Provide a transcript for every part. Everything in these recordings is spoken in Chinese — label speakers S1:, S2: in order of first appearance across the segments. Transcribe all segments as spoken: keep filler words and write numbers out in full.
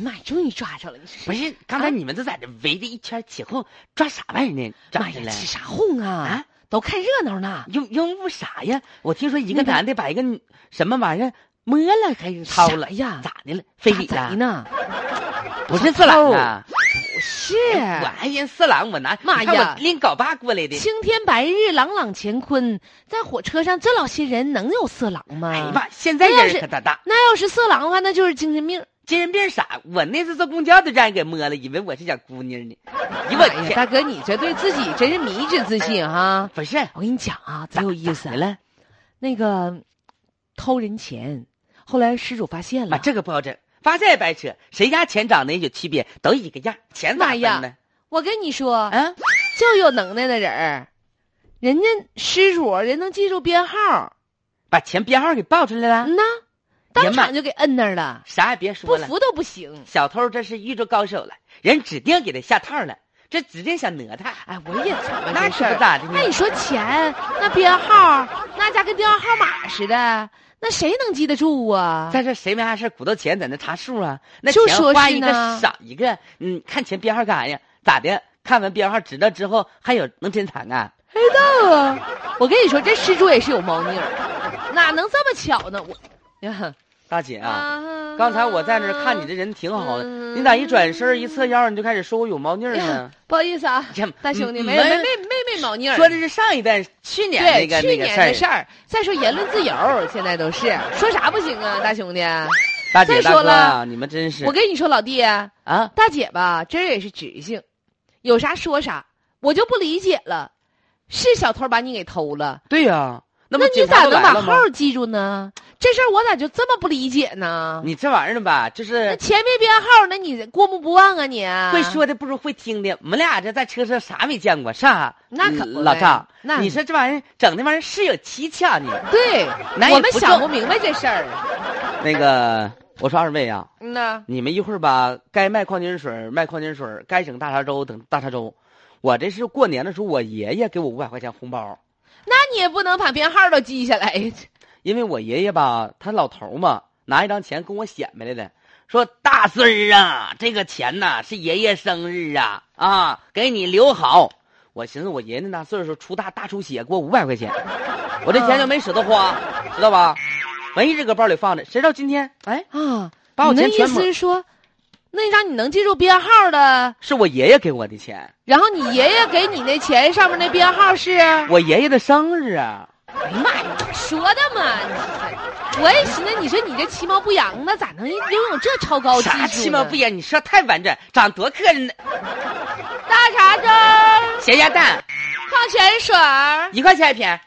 S1: 呀妈呀，终于抓着了！你
S2: 不是，刚才你们都在这围着一圈起哄，抓啥玩意儿呢？
S1: 妈呀，起啥哄啊？啊，都看热闹呢。
S2: 拥拥护啥呀？我听说一个男的把一个什么玩意儿摸了还是掏了
S1: 呀？
S2: 咋的了？非礼了
S1: 呢？
S2: 不是色狼啊？
S1: 不是，
S2: 我还认色狼，我拿
S1: 妈呀，
S2: 我拎镐把过来的。
S1: 青天白日，朗朗乾坤，在火车上这老些人能有色狼吗？
S2: 哎呀妈，现在人可大大。
S1: 那要是色狼的话，那就是精神病。
S2: 精神病啥？我那次坐公交都让人给摸了，以为我是小姑娘呢。
S1: 哎呀，大哥，你这对自己真是迷之自信哈！
S2: 不是，
S1: 我跟你讲啊，贼有意思了。那个偷人钱，后来失主发现了，
S2: 这个不好整。发现也白扯，谁家钱长得有区别，都一个样，钱咋分呢？
S1: 我跟你说，
S2: 啊，
S1: 就有能耐的人，人家失主人能记住编号，
S2: 把钱编号给报出来了。
S1: 嗯呐，当场就给摁那儿了，
S2: 啥也别说了，
S1: 不服都不行。
S2: 小偷这是遇着高手了，人指定给他下套了，这指定想讹他。
S1: 哎，我也琢磨
S2: 那是不咋的呢？
S1: 那你说钱，那编号，那家跟电话号码似的。那谁能记得住啊？
S2: 再说谁没啥事鼓捣钱在那查数啊？那
S1: 钱
S2: 花一个少一个，嗯，看钱编号干啥呀？咋的？看完编号知道之后，还有能珍藏啊？
S1: 知道啊！我跟你说，这失主也是有猫腻儿，哪能这么巧呢？我呀，
S2: 大姐啊，啊刚才我在那儿看你这人挺好的，嗯、你咋一转身一侧腰你就开始说我有猫腻儿呢？
S1: 不好意思啊，大兄弟，没有没没没没猫腻儿。
S2: 说的是上一代去年那个
S1: 去年的
S2: 事
S1: 儿。再说言论自由，现在都是说啥不行啊，大兄弟。
S2: 大姐，
S1: 再说了，
S2: 你们真是。
S1: 我跟你说，老弟
S2: 啊，
S1: 大姐吧，这也是直性，有啥说啥，我就不理解了。是小偷把你给偷了？
S2: 对呀、啊，那
S1: 那你咋能把号记住呢？这事儿我咋就这么不理解呢？
S2: 你这玩意儿吧，就是
S1: 那前面编号，那你过目不忘啊你！
S2: 会说的不如会听的。我们俩这在车上啥没见过，是吧？
S1: 那可不、
S2: 嗯、老赵，
S1: 那
S2: 你说这玩意儿整的玩意儿是有蹊跷呢。
S1: 对，我们想不明白这事儿。
S2: 那个，我说二位啊，
S1: 嗯呐，
S2: 你们一会儿吧，该卖矿泉水卖矿泉水，该整大碴粥整大碴粥。我这是过年的时候，我爷爷给我五百块钱红包。
S1: 那你也不能把编号都记下来。
S2: 因为我爷爷吧，他老头嘛，拿一张钱跟我显摆来的，说大孙儿啊，这个钱呐是爷爷生日啊，啊，给你留好。我寻思我爷爷那大岁数出大大出血，给我五百块钱，我这钱就没舍得花，嗯、知道吧？完一直搁包里放着，谁知道今天哎
S1: 啊，
S2: 把我钱全
S1: 意思是说，那张你能记住编号的，
S2: 是我爷爷给我的钱，
S1: 然后你爷爷给你那钱上面那编号是
S2: 我爷爷的生日啊。
S1: 哎呀妈呀，说的嘛！我也寻思，你说你这其貌不扬的，咋能拥有这超高技术呢？
S2: 啥其貌不扬？你说太完整，长多磕碜呢！
S1: 大碴粥、
S2: 咸鸭蛋、
S1: 矿泉水
S2: 一块钱一瓶。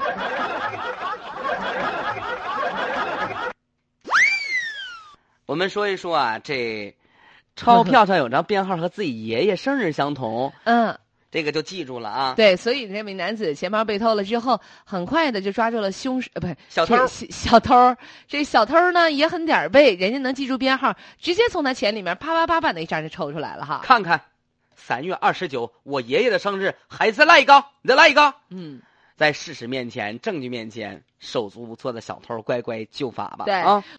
S2: 我们说一说啊，这钞票上有张编号和自己爷爷生日相同。
S1: 嗯。
S2: 这个就记住了啊！
S1: 对，所以这名男子钱包被偷了之后，很快的就抓住了凶手，呃，不是
S2: 小偷。
S1: 小偷，这小偷呢也很点儿背，人家能记住编号，直接从他钱里面啪啪啪把那一张就抽出来了哈。
S2: 看看，三月二十九，我爷爷的生日，还是来一个，你再来一个。
S1: 嗯，
S2: 在事实面前、证据面前，手足无措的小偷乖乖就范吧。
S1: 对
S2: 啊，